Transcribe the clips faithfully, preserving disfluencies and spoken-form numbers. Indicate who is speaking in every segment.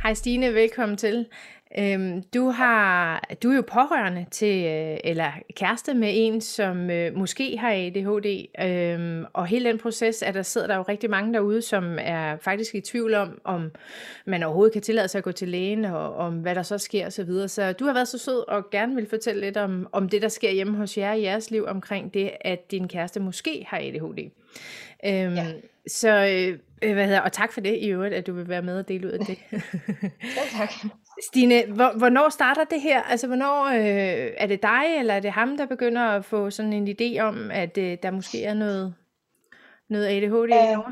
Speaker 1: Hej Stine, velkommen til. Øhm, du har, du er jo pårørende til, øh, eller kæreste med en, som øh, måske har A D H D, øhm, og hele den proces, at der sidder der jo rigtig mange derude, som er faktisk i tvivl om, om man overhovedet kan tillade sig at gå til lægen, og om hvad der så sker osv. Så, videre. Så du har været så sød og gerne vil fortælle lidt om, om det, der sker hjemme hos jer i jeres liv, omkring det, at din kæreste måske har A D H D. Øhm,
Speaker 2: Ja.
Speaker 1: Så, øh, hvad hedder, og tak for det i øvrigt, at du vil være med og dele ud af det.
Speaker 2: Ja, tak.
Speaker 1: Stine, hvor, hvornår starter det her? Altså, hvornår øh, er det dig, eller er det ham, der begynder at få sådan en idé om, at øh, der måske er noget, noget A D H D
Speaker 2: Uh,
Speaker 1: indover?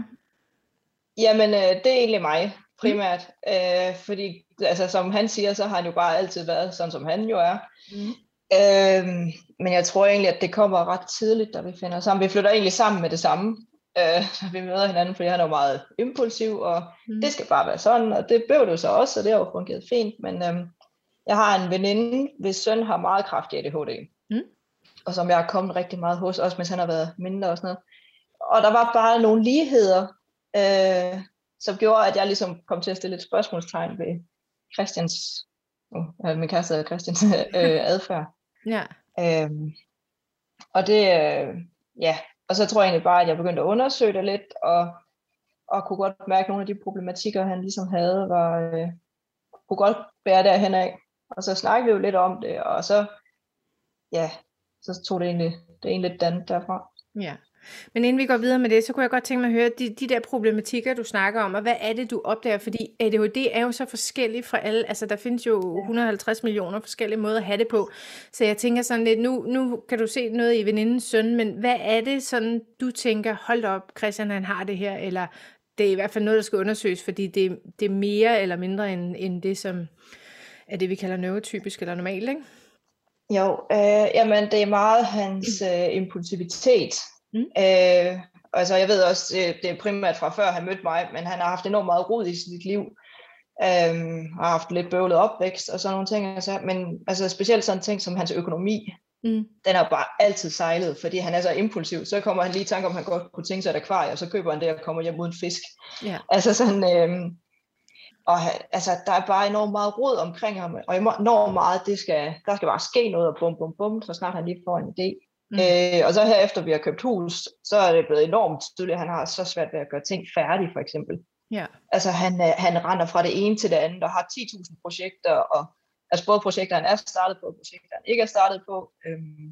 Speaker 2: Jamen, øh, det er egentlig mig, primært. Mm. Uh, fordi, altså, som han siger, så har han jo bare altid været sådan, som han jo er. Mm. Uh, men jeg tror egentlig, at det kommer ret tidligt, da vi finder sammen. Vi flytter egentlig sammen med det samme, uh, når vi møder hinanden, fordi han er jo meget impulsiv, og mm. det skal bare være sådan, og det blev det jo så også, og det har jo fungeret fint. Men uh, jeg har en veninde, hvis søn har meget kraftig A D H D, mm. og som jeg har kommet rigtig meget hos, også mens han har været mindre og sådan noget. Og der var bare nogle ligheder, øh, som gjorde, at jeg ligesom kom til at stille et spørgsmålstegn ved Christians, uh, min kæreste hedder Christians øh, adfærd.
Speaker 1: Ja.
Speaker 2: Øhm, og det, øh, ja, og så tror jeg egentlig bare, at jeg begyndte at undersøge det lidt, og, og kunne godt mærke, at nogle af de problematikker, han ligesom havde, var, øh, kunne godt bære derhen af. Og så snakkede vi jo lidt om det, og så, ja, så tog det egentlig, det egentlig lidt dannet derfra.
Speaker 1: Ja. Men inden vi går videre med det, så kunne jeg godt tænke mig at høre de, de der problematikker, du snakker om, og hvad er det, du opdager? Fordi A D H D er jo så forskelligt fra alle, altså der findes jo et hundrede og halvtreds millioner forskellige måder at have det på, så jeg tænker sådan lidt, nu, nu kan du se noget i venindens søn, men hvad er det sådan, du tænker, hold op, Christian han har det her, eller det er i hvert fald noget, der skal undersøges, fordi det, det er mere eller mindre end, end det, som er det, vi kalder neurotypisk eller normalt, ikke?
Speaker 2: Jo, øh, jamen det er meget hans øh, impulsivitet. Mm. Øh, altså jeg ved også, det, det er primært fra før han mødte mig, men han har haft enormt meget rod i sit liv, øhm, har haft lidt bøvlet opvækst og sådan nogle ting, altså, men altså specielt sådan ting som hans økonomi, mm. den har bare altid sejlet, fordi han er så impulsiv, så kommer han lige i tanke om, han godt kunne tænke sig et akvarie, og så køber han det og kommer hjem uden fisk. Yeah. Altså sådan, øhm, og altså der er bare enormt meget rod omkring ham, og enormt meget, det skal, der skal bare ske noget, og bum bum bum, så snart han lige får en idé. Mm. Øh, og så her efter vi har købt hus, så er det blevet enormt tydeligt, at han har så svært ved at gøre ting færdige, for eksempel. Yeah. Altså han, han render fra det ene til det andet, og har ti tusind projekter, og altså både projekter, han er startet på, og projekter, han ikke er startet på. Øhm,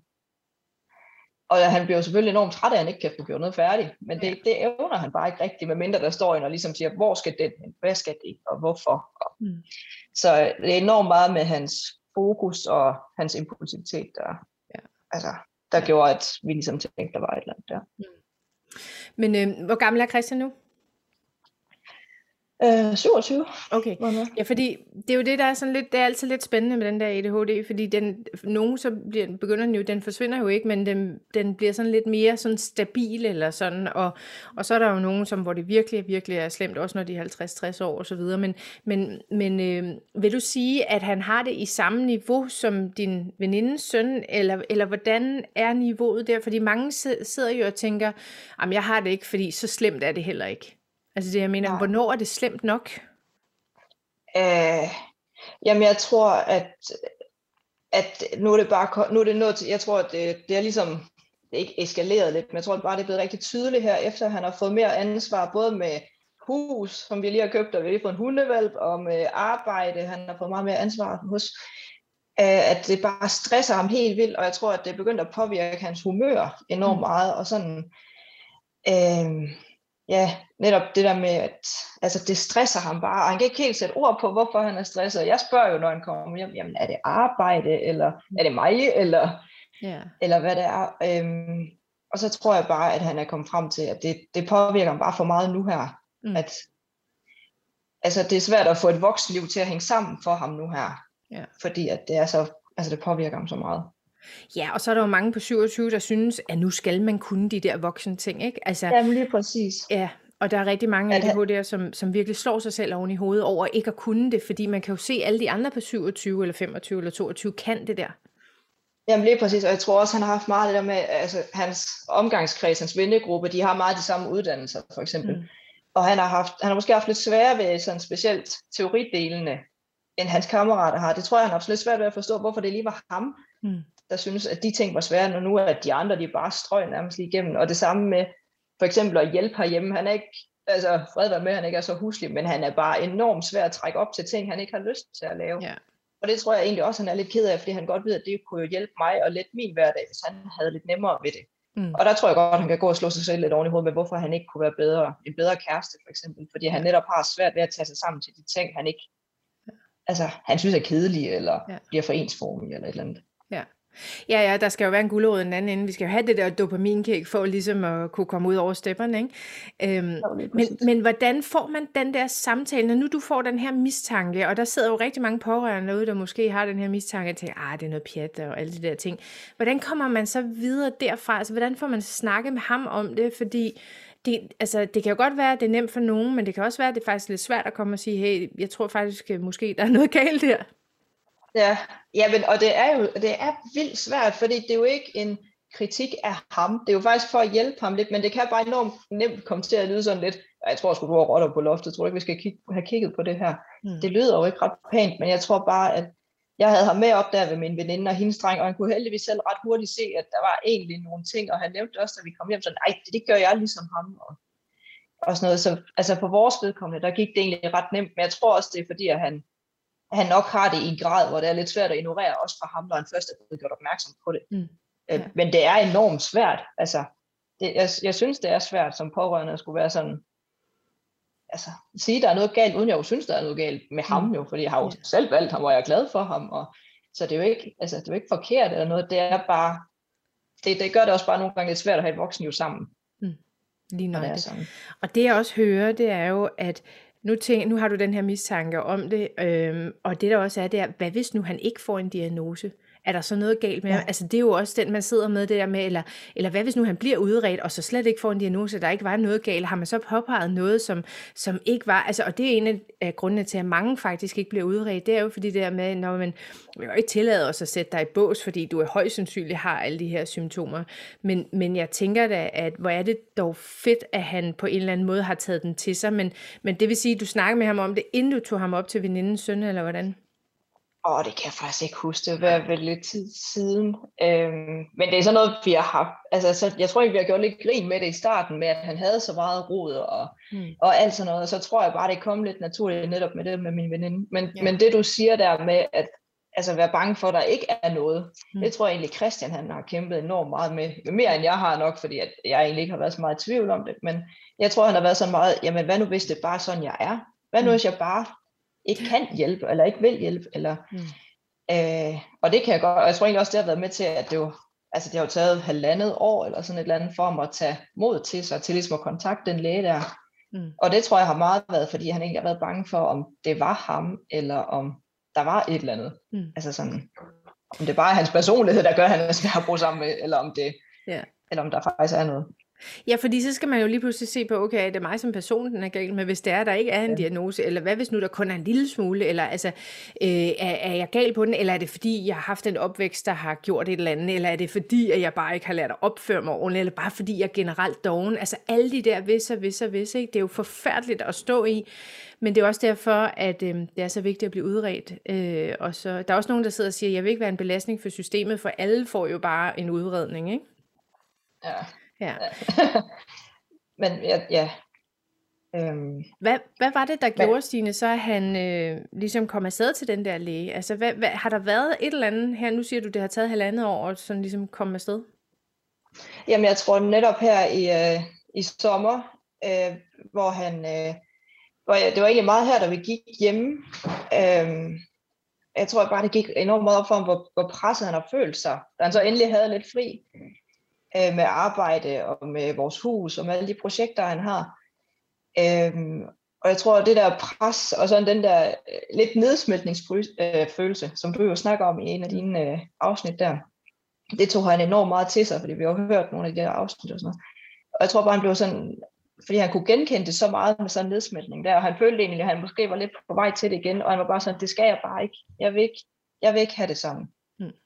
Speaker 2: og han bliver jo selvfølgelig enormt træt af, at han ikke kan få gjort noget færdigt, men det, det evner han bare ikke rigtigt, medmindre der står en og ligesom siger, hvor skal det, hvad skal det, og hvorfor. Og, mm. Så det er enormt meget med hans fokus og hans impulsivitet, der, yeah. altså der gjorde, at vi ligesom tænkte, der var et eller andet der. Mm.
Speaker 1: Men øh, hvor gammel er Christian nu?
Speaker 2: Øh, syvogtyve.
Speaker 1: Okay, ja, fordi det er jo det, der er sådan lidt, det er altid lidt spændende med den der A D H D, fordi den, nogen så bliver, begynder den jo, den forsvinder jo ikke, men den, den bliver sådan lidt mere sådan stabil eller sådan, og, og så er der jo nogen, som, hvor det virkelig, virkelig er slemt, også når de er halvtreds tres år og så videre, men, men, men øh, vil du sige, at han har det i samme niveau som din venindens søn, eller, eller hvordan er niveauet der? Fordi mange sidder jo og tænker, jamen jeg har det ikke, fordi så slemt er det heller ikke. Altså det, jeg mener, nej. Hvornår er det slemt nok?
Speaker 2: Øh, jamen jeg tror, at, at nu er det bare, nu er det noget til, jeg tror, at det, det er ligesom, det er ikke eskaleret lidt, men jeg tror bare, det er blevet rigtig tydeligt her, efter han har fået mere ansvar, både med hus, som vi lige har købt, og vi har lige fået en hundevalp, og med arbejde, han har fået meget mere ansvar hos, øh, at det bare stresser ham helt vildt, og jeg tror, at det er begyndt at påvirke hans humør enormt meget, og sådan, øh, ja, netop det der med, at altså, det stresser ham bare, og han kan ikke helt sætte ord på, hvorfor han er stresset. Jeg spørger jo, når han kommer hjem, jamen er det arbejde, eller er det mig, eller, yeah. eller hvad det er. Øhm, og så tror jeg bare, at han er kommet frem til, at det, det påvirker ham bare for meget nu her. Mm. At, altså det er svært at få et voksenliv til at hænge sammen for ham nu her, yeah. fordi at det, er så, altså, det påvirker ham så meget.
Speaker 1: Ja, og så er der jo mange på syvogtyve, der synes, at nu skal man kunne de der voksne ting, ikke? Altså,
Speaker 2: jamen lige præcis.
Speaker 1: Ja, og der er rigtig mange A D H D'er, som, som virkelig slår sig selv oven i hovedet over ikke at kunne det, fordi man kan jo se, at alle de andre på syvogtyve, eller femogtyve, eller toogtyve kan det der.
Speaker 2: Jamen lige præcis, og jeg tror også, han har haft meget det der med, altså hans omgangskreds, hans vennegruppe, de har meget de samme uddannelser, for eksempel. Mm. og han har, haft, han har måske haft lidt sværere ved sådan specielt teoridelene, end hans kammerater har. Det tror jeg, han har haft lidt svært ved at forstå, hvorfor det lige var ham, mm. der synes, at de ting var svære, når nu at de andre, de bare strøg nærmest lige igennem. Og det samme med for eksempel at hjælpe herhjemme. Han er ikke, altså fred være med, han ikke er så huslig, men han er bare enormt svær at trække op til ting, han ikke har lyst til at lave. Yeah. Og det tror jeg egentlig også, han er lidt ked af, fordi han godt ved, at det kunne jo hjælpe mig og lette min hverdag, hvis han havde lidt nemmere ved det. Mm. Og der tror jeg godt, at han kan gå og slå sig selv lidt oven i hovedet med, hvorfor han ikke kunne være bedre, en bedre kæreste for eksempel, fordi han netop har svært ved at tage sig sammen til de ting, han ikke, altså han synes er kedelige, eller ja. bliver for ensformige, eller et eller andet.
Speaker 1: Ja. Ja, ja, der skal jo være en gulerod i den anden ende. Vi skal jo have det der dopaminkick for ligesom at kunne komme ud over stepperne, ikke? Øhm, men, men hvordan får man den der samtale, når nu du får den her mistanke, og der sidder jo rigtig mange pårørende derude, der måske har den her mistanke til, ah, det er noget pjat og alle de der ting. Hvordan kommer man så videre derfra? Altså, hvordan får man snakket med ham om det? Fordi det, altså, det kan jo godt være, at det er nemt for nogen, men det kan også være, at det er faktisk lidt svært at komme og sige, hey, jeg tror faktisk, måske der er noget galt der.
Speaker 2: Ja, ja men, og det er jo det er vildt svært, fordi det er jo ikke en kritik af ham. Det er jo faktisk for at hjælpe ham lidt, men det kan bare enormt nemt komme til at lyde sådan lidt, jeg tror, jeg skulle gå og rotte på loftet, jeg tror ikke, vi skal kigge, have kigget på det her. Mm. Det lyder jo ikke ret pænt, men jeg tror bare, at jeg havde ham med op der ved min veninde og hendes dreng, og han kunne heldigvis selv ret hurtigt se, at der var egentlig nogle ting, og han nævnte også, da vi kom hjem, sådan, ej, det, det gør jeg ligesom ham, og, og sådan noget. Så altså for vores vedkommende, der gik det egentlig ret nemt, men jeg tror også, det er fordi, at han han nok har det i en grad, hvor det er lidt svært at ignorere, også fra ham, når han først er blevet gjort opmærksom på det. Mm. Ja. Men det er enormt svært. Altså, det, jeg, jeg synes, det er svært som pårørende at skulle være sådan, altså, sige, der er noget galt, uden jeg jo synes, der er noget galt med ham jo, fordi jeg har jo ja. selv valgt ham, og jeg er glad for ham, og så det er jo ikke, altså, det er jo ikke forkert eller noget, det er bare, det, det gør det også bare nogle gange lidt svært at have et voksen jo sammen.
Speaker 1: Mm. Lige nok det. Og det jeg også hører, det er jo, at Nu, tænk, nu har du den her mistanke om det, øhm, og det der også er, det er, hvad hvis nu han ikke får en diagnose? Er der så noget galt med ja. ham? Altså det er jo også den, man sidder med det der med, eller, eller hvad hvis nu han bliver udredt, og så slet ikke får en diagnose, der ikke var noget galt? Har man så påpeget noget, som, som ikke var? Altså, og det er en af grundene til, at mange faktisk ikke bliver udredt. Det er jo fordi det der med, når man vil jo ikke tillade os at sætte dig i bås, fordi du er højst sandsynligt har alle de her symptomer. Men, men jeg tænker da, at hvor er det dog fedt, at han på en eller anden måde har taget den til sig. Men, men det vil sige, at du snakker med ham om det, inden du tog ham op til venindens søn, eller hvordan?
Speaker 2: Åh, oh, det kan jeg faktisk ikke huske. Det var vel lidt tid siden. Øhm, men det er sådan noget, vi har haft. Altså, så, jeg tror ikke, vi har gjort lidt grin med det i starten, med at han havde så meget rod og, mm. og alt sådan noget. Og så tror jeg bare, det kom lidt naturligt netop med det med min veninde. Men, ja. men det du siger der med, at altså, være bange for, at der ikke er noget, mm. det tror jeg egentlig, Christian han har kæmpet enormt meget med. Mere end jeg har nok, fordi at jeg egentlig ikke har været så meget i tvivl om det. Men jeg tror, han har været så meget, jamen hvad nu hvis det bare sådan, jeg er? Hvad nu hvis jeg bare ikke kan hjælpe, eller ikke vil hjælpe, eller, mm. øh, og det kan jeg godt, og jeg tror egentlig også, det har været med til, at det jo, altså det har jo taget halvandet år, eller sådan et eller andet, for ham at tage mod til sig, til ligesom at kontakte den læge der, mm. og det tror jeg har meget været, fordi han ikke har været bange for, om det var ham, eller om der var et eller andet, mm. altså sådan, om det bare er hans personlighed, der gør, at han er svær at bruge sammen med, eller om det, yeah. eller om der faktisk er noget.
Speaker 1: Ja, fordi så skal man jo lige pludselig se på, okay, det er mig som person, den er galt med, hvis det er, der ikke er en ja. diagnose, eller hvad hvis nu der kun er en lille smule, eller altså, øh, er, er jeg gal på den, eller er det fordi, jeg har haft en opvækst, der har gjort et eller andet, eller er det fordi, at jeg bare ikke har lært at opføre mig ordentligt, eller bare fordi, jeg er generelt doven, altså alle de der hvis og hvis og hvis, ikke? Det er jo forfærdeligt at stå i, men det er også derfor, at øh, det er så vigtigt at blive udredt, øh, og så, der er også nogen, der sidder og siger, jeg vil ikke være en belastning for systemet, for alle får jo bare en udredning, ikke?
Speaker 2: Ja.
Speaker 1: Ja.
Speaker 2: Men ja, ja. Øhm.
Speaker 1: Hvad, hvad var det, der gjorde, hvad? Stine, så at han øh, ligesom kom afsted til den der læge? Altså, hvad, hvad, har der været et eller andet her? Nu siger du, det har taget halvandet år at sådan ligesom komme afsted.
Speaker 2: Jamen, jeg tror netop her i, øh, i sommer, øh, hvor han, øh, hvor jeg, det var egentlig meget her, da vi gik hjemme. Øh, jeg tror bare, det gik enormt meget op for ham, hvor, hvor presset han har følt sig, da han så endelig havde lidt fri med arbejde og med vores hus og med alle de projekter, han har. Øhm, og jeg tror, at det der pres og sådan den der øh, lidt nedsmeltningsfølelse, som du jo snakker om i en af dine øh, afsnit der, det tog han enormt meget til sig, fordi vi har hørt nogle af de der afsnit og sådan noget. Og jeg tror bare, han blev sådan, fordi han kunne genkende det så meget med sådan en nedsmeltning der, og han følte egentlig, at han måske var lidt på vej til det igen, og han var bare sådan, det skal jeg bare ikke. Jeg vil ikke, jeg vil ikke have det sådan.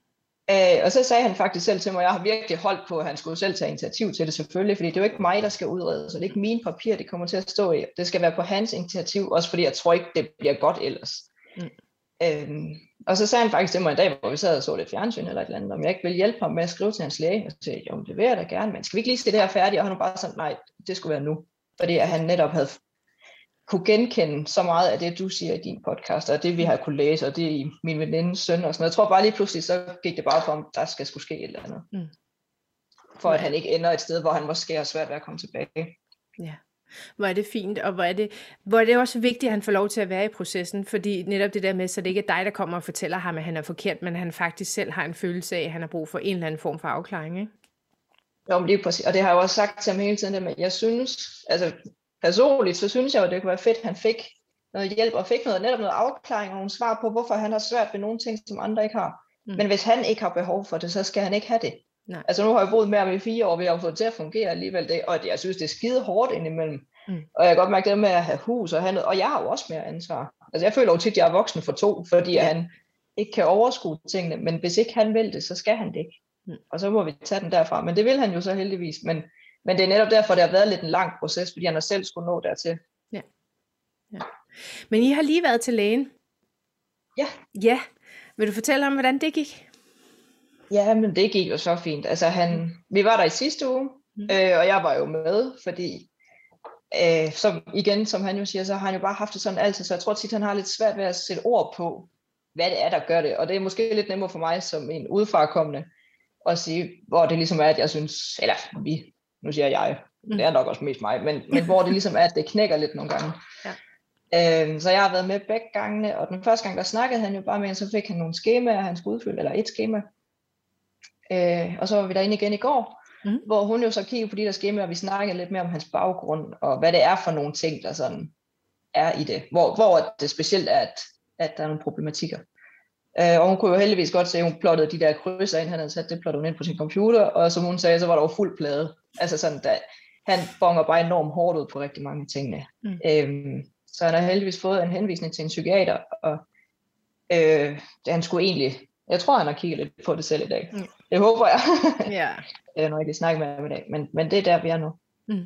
Speaker 2: Øh, og så sagde han faktisk selv til mig, og jeg har virkelig holdt på, at han skulle selv tage initiativ til det selvfølgelig, fordi det er jo ikke mig, der skal udrede, så det er ikke mine papirer, det kommer til at stå i. Det skal være på hans initiativ, også fordi jeg tror ikke, det bliver godt ellers. Mm. Øhm, og så sagde han faktisk til mig en dag, hvor vi sad og så lidt fjernsyn eller et eller andet, om jeg ikke ville hjælpe ham med at skrive til hans læge. Og så sagde jeg, jo, det vil jeg da gerne, men skal vi ikke lige se det her færdigt? Og han var bare sådan, nej, det skulle være nu. Fordi at han netop havde kunne genkende så meget af det, du siger i din podcast, og det vi har kunne læse, og det i min venindes søn og sådan noget. Jeg tror bare lige pludselig, så gik det bare for, om der skal skulle ske et eller andet. Mm. For at han ikke ender et sted, hvor han måske har svært ved at komme tilbage.
Speaker 1: Ja. Hvor er det fint, og hvor er det, hvor er det også vigtigt, at han får lov til at være i processen, fordi netop det der med, så det ikke er dig, der kommer og fortæller ham, at han er forkert, men han faktisk selv har en følelse af, at han har brug for en eller anden form for afklaring, ikke?
Speaker 2: Jo, lige præcis. Og det har jeg også sagt til ham hele tiden, at jeg synes, altså personligt, så synes jeg jo, det kunne være fedt, at han fik noget hjælp, og fik noget, netop noget afklaring og nogle svar på, hvorfor han har svært ved nogle ting, som andre ikke har. Mm. Men hvis han ikke har behov for det, så skal han ikke have det. Nej. Altså nu har jeg boet med ham i fire år, vi har fået det til at fungere alligevel det, og jeg synes, det er skide hårdt indimellem. Mm. Og jeg kan godt mærke det med at have hus og have noget, og jeg har jo også mere ansvar. Altså jeg føler jo tit, at jeg er voksen for to, fordi ja. han ikke kan overskue tingene, men hvis ikke han vil det, så skal han det ikke. Mm. Og så må vi tage den derfra, men det vil han jo så heldigvis, men, men det er netop derfor, det har været lidt en lang proces, fordi han har selv skulle nå dertil. Ja.
Speaker 1: Ja. Men I har lige været til lægen.
Speaker 2: Ja.
Speaker 1: Ja. Vil du fortælle om, hvordan det gik?
Speaker 2: Ja, men det gik jo så fint. Altså han, vi var der i sidste uge, mm. øh, og jeg var jo med, fordi øh, som, igen, som han jo siger, så har han jo bare haft det sådan altid, så jeg tror tit, han har lidt svært ved at sætte ord på, hvad det er, der gør det. Og det er måske lidt nemmere for mig som en udefrakommende at sige, hvor det ligesom er, at jeg synes, eller vi, nu siger jeg, det er nok også mest mig, men, men hvor det ligesom er, at det knækker lidt nogle gange. Ja. Øh, så jeg har været med begge gangene, og den første gang, der snakkede han jo bare med, så fik han nogle skemaer, han skulle udfylde, eller et skema. Øh, og så var vi derinde igen i går, mm. hvor hun jo så kiggede på de der skemaer, og vi snakkede lidt mere om hans baggrund, og hvad det er for nogle ting, der sådan er i det. Hvor, hvor det specielt er, at, at der er nogle problematikker. Øh, og hun kunne jo heldigvis godt se, at hun plottede de der krydser ind, han havde sat det, plottede hun ind på sin computer, og som hun sagde, så var der jo fuld plade. Altså sådan, da, han bonger bare enormt hårdt ud på rigtig mange tingene. Mm. Øhm, så han har heldigvis fået en henvisning til en psykiater, og øh, han skulle egentlig, jeg tror han har kigget lidt på det selv i dag. Mm. Det håber jeg. Yeah. Når jeg kan snakke med ham i dag, men, men det er der vi er nu. Mm.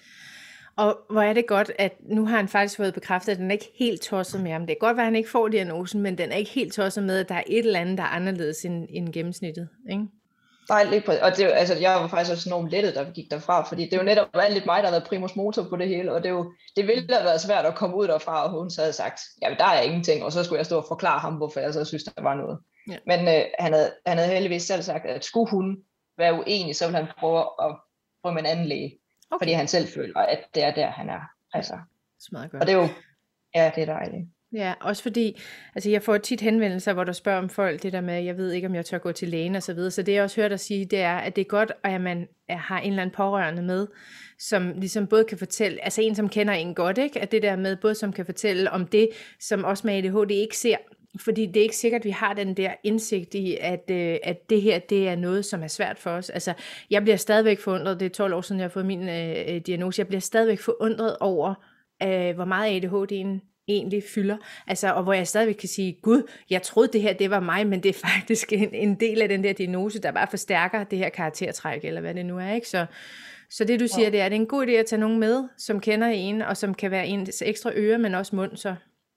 Speaker 1: Og hvor er det godt, at nu har han faktisk fået bekræftet, at den er ikke helt tosset med ham. Det kan godt være, at han ikke får diagnosen, men den er ikke helt tosset med, at der er et eller andet, der er anderledes end, end gennemsnittet, ikke?
Speaker 2: Nej, lige præcis. Og det, altså, jeg var faktisk også enormt lettet, da vi gik derfra, fordi det er jo netop lidt mig, der har været primus motor på det hele, og det, er jo, det ville have været svært at komme ud derfra, og hun så havde sagt, jamen der er ingenting, og så skulle jeg stå og forklare ham, hvorfor jeg så synes, der var noget. Ja. Men øh, han, havde, han havde heldigvis selv sagt, at skulle hun være uenig, så ville han prøve at prøve med en anden læge, okay. Fordi han selv føler, at det er der, han er. Altså.
Speaker 1: Smadret godt.
Speaker 2: Og det er jo, ja, det er dejligt.
Speaker 1: Ja, også fordi, altså jeg får tit henvendelser, hvor du spørger om folk, det der med, jeg ved ikke, om jeg tør gå til lægen og så videre, så det jeg også hørt dig sige, det er, at det er godt, at man har en eller anden pårørende med, som ligesom både kan fortælle, altså en, som kender en godt, ikke? At det der med, både som kan fortælle om det, som også med A D H D ikke ser, fordi det er ikke sikkert, at vi har den der indsigt i, at, øh, at det her, det er noget, som er svært for os. Altså, jeg bliver stadigvæk forundret, det er tolv år siden, jeg har fået min øh, diagnose, jeg bliver stadigvæk forundret over, øh, hvor meget A D H D'en egentlig fylder, altså, og hvor jeg stadigvæk kan sige, gud, jeg troede det her, det var mig, men det er faktisk en, en del af den der diagnose, der bare forstærker det her karaktertræk, eller hvad det nu er, ikke? Så, så det du siger, det er, det er en god idé at tage nogen med, som kender en, og som kan være ens ekstra øre, men også mund, så.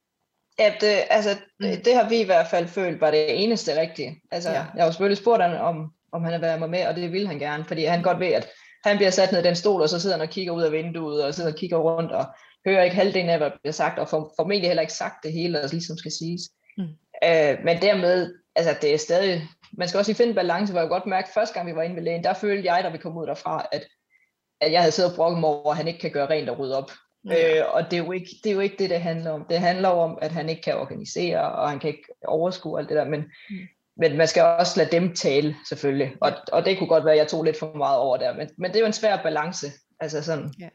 Speaker 2: Ja, det, altså, mm. det, det har vi i hvert fald følt, var det eneste rigtige. Altså, ja. Jeg har jo selvfølgelig spurgt ham, om, om han har været med, med, og det ville han gerne, fordi han godt ved, at han bliver sat ned i den stol, og så sidder han og kigger ud af vinduet, og sidder og kigger rundt, og hører ikke halvdelen af, hvad der bliver sagt, og for, formentlig heller ikke sagt det hele, der ligesom skal siges. Mm. Øh, men dermed, altså det er stadig, man skal også lige finde en balance, hvor jeg godt mærke, første gang vi var inde ved lægen, der følte jeg, da vi kom ud derfra, at, at jeg havde siddet og brokket mig over, at han ikke kan gøre rent og rydde op. Mm. Øh, og det er, jo ikke, det er jo ikke det, det handler om. Det handler om, at han ikke kan organisere, og han kan ikke overskue alt det der, men, mm. men man skal også lade dem tale, selvfølgelig. Og, og det kunne godt være, at jeg tog lidt for meget over der, men, men det er jo en svær balance. Altså sådan.
Speaker 1: Ja.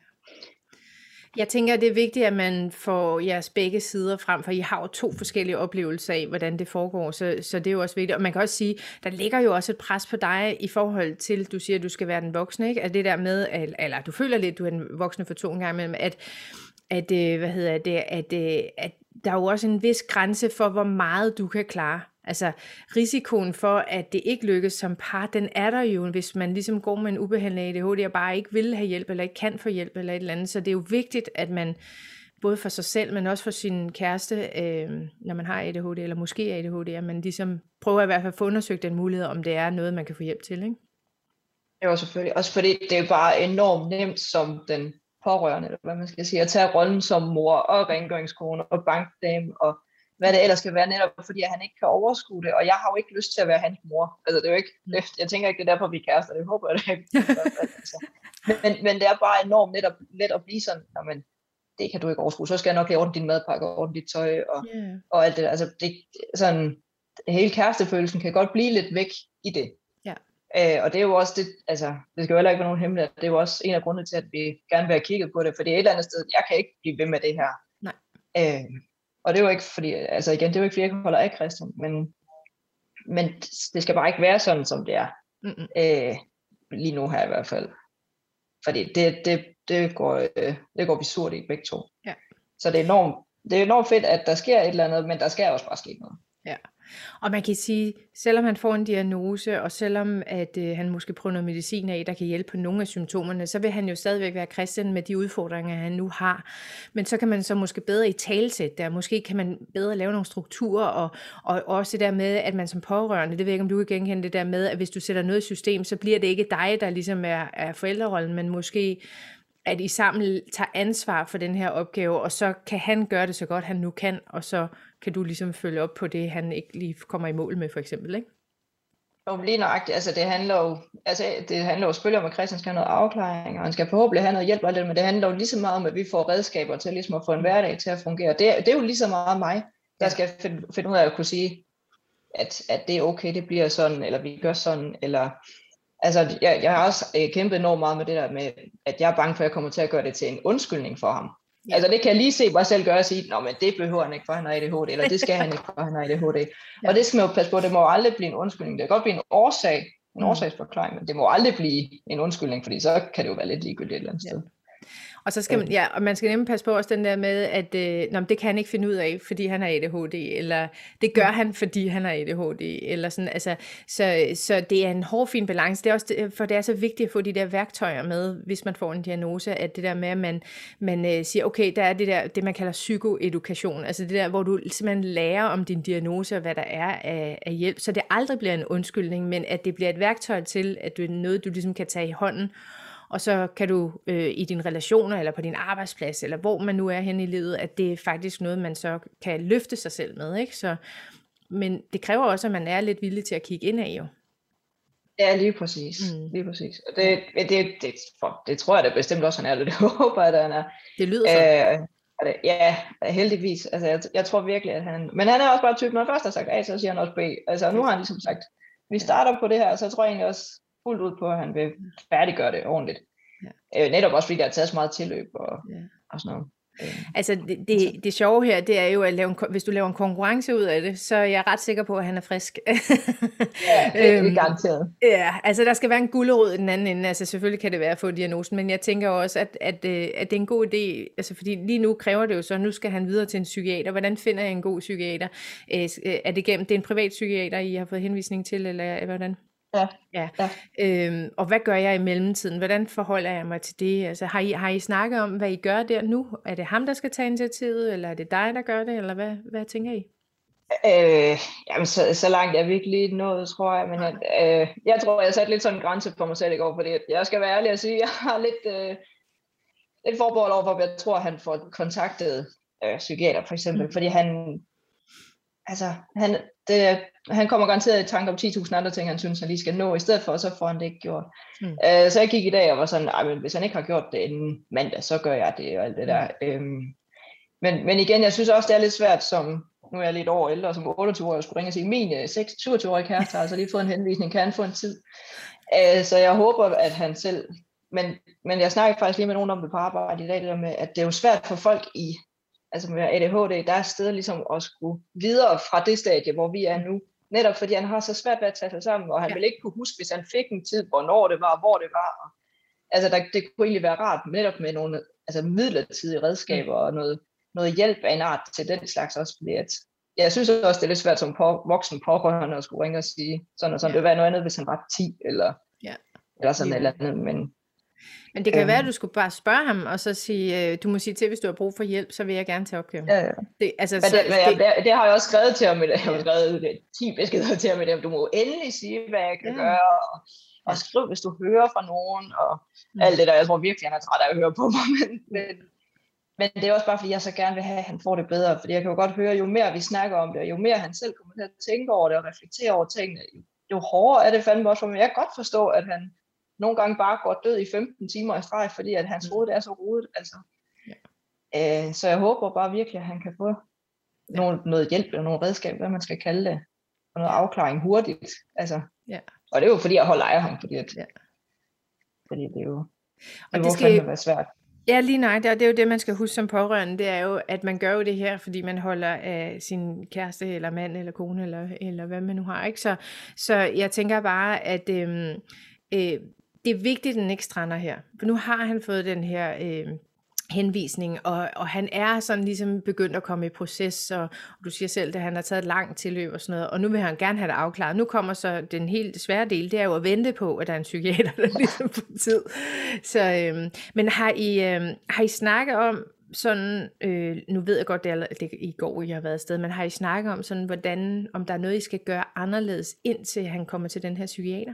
Speaker 1: Jeg tænker, at det er vigtigt, at man får jeres begge sider frem, for I har jo to forskellige oplevelser af, hvordan det foregår, så, så det er jo også vigtigt. Og man kan også sige, der ligger jo også et pres på dig i forhold til, du siger, at du skal være den voksne, ikke? At det der med, eller du føler lidt, du er den voksne for to gange imellem, at, at, hvad hedder det, at, at der er jo også en vis grænse for, hvor meget du kan klare. Altså risikoen for, at det ikke lykkes som par, den er der jo, hvis man ligesom går med en ubehandlet A D H D og bare ikke vil have hjælp, eller ikke kan få hjælp, eller et eller andet. Så det er jo vigtigt, at man både for sig selv, men også for sin kæreste, øh, når man har A D H D, eller måske A D H D, at man ligesom prøver i hvert fald at få undersøgt den mulighed, om det er noget, man kan få hjælp til, ikke?
Speaker 2: Jo, selvfølgelig. Også fordi det er jo bare enormt nemt som den pårørende, eller hvad man skal sige, at tage rollen som mor og rengøringskone og bankdame og hvad det ellers skal være, netop fordi han ikke kan overskue det, og jeg har jo ikke lyst til at være hans mor. Altså det er jo ikke, jeg tænker ikke, det er derfor, vi er kærester, det håber jeg det ikke. Men, men det er bare enormt let at, let at blive sådan, men det kan du ikke overskue, så skal jeg nok lige ordne din madpakke og ordne dit tøj og, yeah. og alt det der. Altså det, sådan, hele kærestefølelsen kan godt blive lidt væk i det. Yeah. Øh, og det er jo også det, altså det skal jo heller ikke være nogen hemmelighed, det er jo også en af grundene til, at vi gerne vil have kigget på det, for det er et eller andet sted, jeg kan ikke blive ved med det her. Nej. Øh, Og det er jo ikke fordi, altså igen, det er jo ikke fordi, jeg holder af Christian, men, men det skal bare ikke være sådan, som det er. Øh, lige nu her i hvert fald. Fordi det, det, det, går, øh, det går vi surt i begge to. Ja. Så det er, enormt, det er enormt fedt, at der sker et eller andet, men der skal også bare ske noget.
Speaker 1: Ja. Og man kan sige, selvom han får en diagnose, og selvom at øh, han måske prøver noget medicin af, der kan hjælpe på nogle af symptomerne, så vil han jo stadigvæk være Christian med de udfordringer, han nu har. Men så kan man så måske bedre i talsæt der, måske kan man bedre lave nogle strukturer, og, og også det der med, at man som pårørende, det ved jeg ikke, om du kan genkende det der med, at hvis du sætter noget i system, så bliver det ikke dig, der ligesom er, er forældrerollen, men måske at I sammen tager ansvar for den her opgave, og så kan han gøre det så godt, han nu kan, og så kan du ligesom følge op på det, han ikke lige kommer i mål med, for eksempel, ikke?
Speaker 2: Og lige nøjagtigt, altså det handler jo, altså det handler jo selvfølgelig om, at Christian skal have noget afklaring, og han skal forhåbentlig have noget hjælp, og det, men det handler jo lige så meget om, at vi får redskaber til ligesom at få en hverdag til at fungere. Det, det er jo lige så meget mig, der skal finde, finde ud af at kunne sige, at, at det er okay, det bliver sådan, eller vi gør sådan, eller altså jeg, jeg har også øh, kæmpet enormt meget med det der med, at jeg er bange for, at jeg kommer til at gøre det til en undskyldning for ham. Ja. Altså det kan jeg lige se mig selv gøre og sige, nå men det behøver han ikke, for han har A D H D, eller det skal han ikke, for han har A D H D. Ja. Og det skal man jo passe på, det må aldrig blive en undskyldning. Det kan godt blive en årsag, en mm. årsagsforklaring, men det må aldrig blive en undskyldning, fordi så kan det jo være lidt ligegyldigt et eller andet ja. sted.
Speaker 1: Og så skal man, ja, og man skal nemlig passe på også den der med, at øh, nå, det kan han ikke finde ud af, fordi han har A D H D, eller det gør han, fordi han har A D H D, eller sådan, altså, så, så det er en hård, fin balance. Det er også, det, for det er så vigtigt at få de der værktøjer med, hvis man får en diagnose, at det der med, at man, man øh, siger, okay, der er det der, det man kalder psykoedukation, altså det der, hvor du simpelthen lærer om din diagnose, og hvad der er af, af hjælp, så det aldrig bliver en undskyldning, men at det bliver et værktøj til, at det er noget, du ligesom kan tage i hånden, og så kan du øh, i dine relationer, eller på din arbejdsplads, eller hvor man nu er henne i livet, at det er faktisk noget, man så kan løfte sig selv med, ikke? Så, men det kræver også, at man er lidt villig til at kigge ind af, jo.
Speaker 2: Ja, lige præcis. Mm. Lige præcis. Og det, det, det, det, for, det tror jeg da bestemt også, han er, det håber jeg, at han er.
Speaker 1: Det lyder sådan.
Speaker 2: Øh, ja, heldigvis. Altså, jeg, jeg tror virkelig, at han... Men han er også bare typen, når han først har sagt A, så siger han også B. Altså, nu har han ligesom sagt, vi starter på det her, så tror jeg egentlig også fuldt ud på, at han vil færdiggøre det ordentligt. Ja. Øh, netop også, fordi der er taget så meget tilløb og, ja. og sådan noget.
Speaker 1: Altså det, det, det sjove her, det er jo, at lave en, hvis du laver en konkurrence ud af det, så er jeg ret sikker på, at han er frisk.
Speaker 2: Ja, det er garanteret.
Speaker 1: Ja, altså der skal være en gulerod i den anden ende, altså selvfølgelig kan det være at få diagnosen, men jeg tænker også, at, at, at det er en god idé, altså fordi lige nu kræver det jo så, nu skal han videre til en psykiater. Hvordan finder jeg en god psykiater? Er det gennem, det er en privat psykiater, I har fået henvisning til, eller hvordan?
Speaker 2: Ja.
Speaker 1: ja. ja. Øhm, og hvad gør jeg i mellemtiden? Hvordan forholder jeg mig til det? Altså, har I, har I snakket om, hvad I gør der nu? Er det ham, der skal tage initiativet, eller er det dig, der gør det, eller hvad, hvad tænker I?
Speaker 2: Øh, jamen, så, så langt er vi ikke lige nået, tror jeg, men jeg, øh, jeg tror, jeg satte lidt sådan en grænse på mig selv i går, fordi jeg skal være ærlig og sige, jeg har lidt, øh, lidt forbehold over, hvor jeg tror, han får kontaktet øh, psykiater, for eksempel, mm. fordi han, altså, han, det, han kommer garanteret i tanke om ti tusind andre ting, han synes, han lige skal nå, i stedet for, så får han det ikke gjort. Mm. Øh, så jeg gik i dag og var sådan, men hvis han ikke har gjort det inden mandag, så gør jeg det, og alt det der. Mm. Øhm, men, men igen, jeg synes også, det er lidt svært, som, nu er jeg lidt over ældre, som otteogtyve år, jeg skulle ringe og sige, min syvogtyve-årige kæreste har altså lige fået en henvisning, kan han få en tid? Øh, så jeg håber, at han selv, men, men jeg snakker faktisk lige med nogen om det på arbejde i dag, det der med, at det er jo svært for folk i, altså med A D H D, der er steder ligesom at skulle videre fra det stadie, hvor vi er nu. Netop fordi han har så svært ved at tage sig sammen, og han ja. vil ikke kunne huske, hvis han fik en tid, hvornår det var, hvor det var. Altså der, det kunne egentlig være rart, netop med nogle altså midlertidige redskaber og noget, noget hjælp af en art til den slags også, fordi at jeg synes også, det er lidt svært som på, voksen pårørende at skulle ringe og sige sådan og sådan. Ja. Det ville være noget andet, hvis han var ti, eller,
Speaker 1: ja.
Speaker 2: eller sådan
Speaker 1: ja.
Speaker 2: et eller andet, men...
Speaker 1: Men det kan øhm. være, at du skulle bare spørge ham, og så sige, du må sige til, hvis du har brug for hjælp, så vil jeg gerne tage opgaven.
Speaker 2: Ja, ja.
Speaker 1: Det, altså,
Speaker 2: men det, så, det, det, det har jeg også skrevet til ham, jeg har skrevet ti beskeder til ham, du må endelig sige, hvad jeg kan ja. gøre, og, og skriv, hvis du hører fra nogen, og mm. alt det der. Jeg tror virkelig, han er træt af at høre på mig, men, men, men det er også bare, fordi jeg så gerne vil have, at han får det bedre, fordi jeg kan jo godt høre, jo mere vi snakker om det, og jo mere han selv kommer til at tænke over det, og reflektere over tingene, jo hårdere er det fandme også for mig. Jeg kan godt forstå, at han nogle gange bare går død i femten timer i streg, fordi at hans hoved er så rodet. Altså. Ja. Øh, så jeg håber bare virkelig, at han kan få noget, noget hjælp, eller nogle redskab, hvad man skal kalde det, og noget afklaring hurtigt. Altså. Ja. Og det er jo fordi, jeg holder af ham, fordi, at, ja. fordi det er jo det, og det skal være svært.
Speaker 1: Ja, lige nej, det er jo det, man skal huske som pårørende, det er jo, at man gør jo det her, fordi man holder af sin kæreste, eller mand, eller kone, eller, eller hvad man nu har, ikke? Så, så jeg tænker bare, at øhm, øh, det er vigtigt, at den ikke strander her. For nu har han fået den her øh, henvisning, og, og han er sådan ligesom begyndt at komme i proces, og, og du siger selv, at han har taget et langt tilløb og sådan noget, og nu vil han gerne have det afklaret. Nu kommer så den helt svære del, det er jo at vente på, at der er en psykiater, der ligesom på tid. Så, øh, men har I, øh, har I snakket om, sådan, øh, nu ved jeg godt, det er, det er i går, I har været afsted, men har I snakket om, sådan, hvordan, om der er noget, I skal gøre anderledes, indtil han kommer til den her psykiater?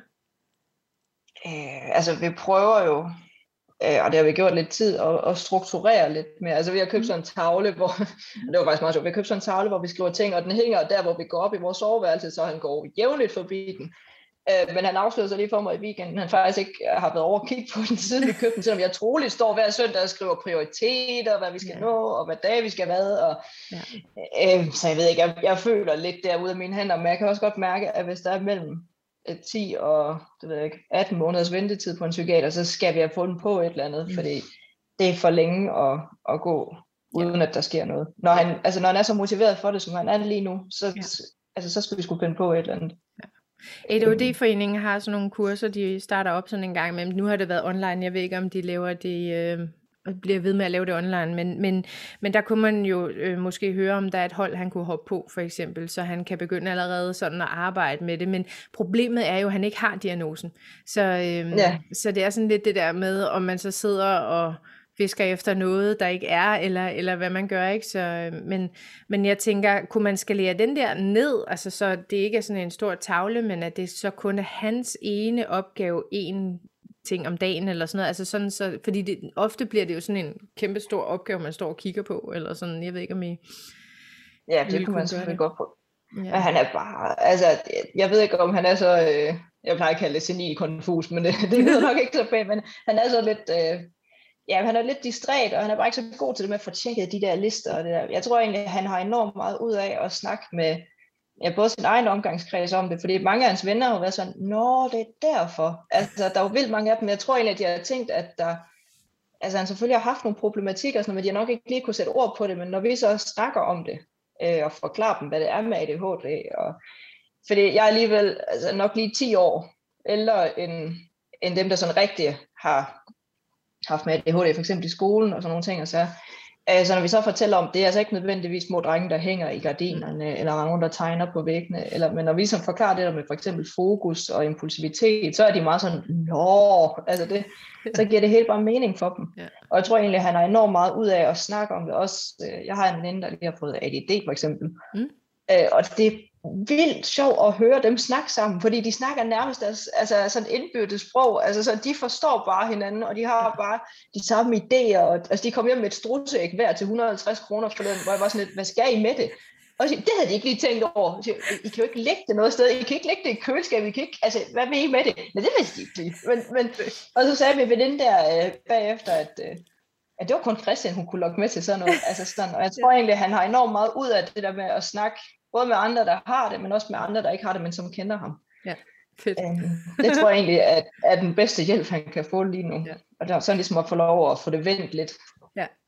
Speaker 2: Øh, altså vi prøver jo, øh, og det har vi gjort lidt tid, at, at strukturere lidt mere. Altså vi har købt sådan en tavle, hvor, det var faktisk meget sjovt, vi har købt sådan en tavle, hvor vi skriver ting, og den hænger der, hvor vi går op i vores soveværelse, så han går jævnligt forbi den. Øh, men han afslørede sig lige for mig i weekenden, han faktisk ikke har været over at kigge på den, siden vi købte den, selvom jeg troligt står hver søndag og skriver prioriteter, hvad vi skal ja. nå, og hvad dage vi skal have. Og, ja. øh, så jeg ved ikke, jeg, jeg føler lidt derude af mine hænder, men jeg kan også godt mærke, at hvis der er mellem ti og det ved jeg ikke, atten måneders ventetid på en psykiater, så skal vi have fundet på et eller andet, mm. fordi det er for længe at, at gå, uden ja. at der sker noget. Når han, altså, når han er så motiveret for det, som han er lige nu, så, ja. altså, så skal vi skulle finde på et eller andet. Ja.
Speaker 1: A D H D-foreningen har sådan nogle kurser, de starter op sådan en gang, men nu har det været online, jeg ved ikke, om de laver det... Øh og bliver ved med at lave det online, men, men, men der kunne man jo øh, måske høre, om der er et hold, han kunne hoppe på, for eksempel, så han kan begynde allerede sådan at arbejde med det, men problemet er jo, at han ikke har diagnosen, så, øh, ja. så det er sådan lidt det der med, om man så sidder og fisker efter noget, der ikke er, eller, eller hvad man gør, ikke? Så, øh, men, men jeg tænker, kunne man skalere den der ned, altså så det ikke er sådan en stor tavle, men at det så kun er hans ene opgave, en ting om dagen eller sådan noget, altså sådan så, fordi det, ofte bliver det jo sådan en kæmpe stor opgave, man står og kigger på, eller sådan, jeg ved ikke om I...
Speaker 2: Ja, det kunne man selvfølgelig godt på. Ja. Men han er bare, altså, jeg ved ikke om han er så, øh, jeg plejer at kalde det senil konfus, men det, det lyder nok ikke så pænt, men han er så lidt, øh, ja, han er lidt distræt, og han er bare ikke så god til det med at få tjekket de der lister, og det der. Jeg tror egentlig, at han har enormt meget ud af at snakke med, ja, både sin egen omgangskreds om det, fordi mange af hans venner har været sådan, nå, det er derfor. Altså, der er jo vildt mange af dem, jeg tror egentlig, at de har tænkt, at der, altså han selvfølgelig har haft nogle problematikker, sådan, men de har nok ikke lige kunne sætte ord på det, men når vi så snakker om det, øh, og forklarer dem, hvad det er med A D H D, og, fordi jeg er alligevel altså, nok lige ti år ældre, end, end dem, der sådan rigtig har haft med A D H D, for eksempel i skolen, og sådan nogle ting, og så Så når vi så fortæller om, det er altså ikke nødvendigvis små drenge, der hænger i gardinerne, eller nogen, der tegner på væggene, eller, men når vi så forklarer det der med for eksempel fokus og impulsivitet, så er de meget sådan, nå, altså det, så giver det helt bare mening for dem. Ja. Og jeg tror egentlig, at han har enormt meget ud af at snakke om det også. Jeg har en veninde, der lige har fået A D D for eksempel, mm. og det er vildt sjovt at høre dem snakke sammen, fordi de snakker nærmest deres, altså sådan indbyrdes sprog, altså så de forstår bare hinanden, og de har bare de samme idéer, og altså de kommer hjem med et strudseæg hver til et hundrede og halvtreds kroner for den, hvor jeg var sådan lidt, hvad skal I med det? Og det havde de ikke lige tænkt over. Så, I kan jo ikke lægge det noget sted, I kan ikke lægge det i køleskabet, I kan ikke, altså hvad vil I med det? Men det vidste de ikke lige. Men, men, og så sagde min veninde der øh, bagefter, at, øh, at det var kun Christian, hun kunne lokke med til sådan noget, altså sådan, og jeg tror egentlig, at han har enormt meget ud af det der med at snakke, både med andre, der har det, men også med andre, der ikke har det, men som kender ham.
Speaker 1: Ja, fedt.
Speaker 2: Øhm, det tror jeg egentlig at, er den bedste hjælp, han kan få lige nu. Ja. Og det er sådan ligesom at få lov at få det vendt lidt.
Speaker 1: Ja.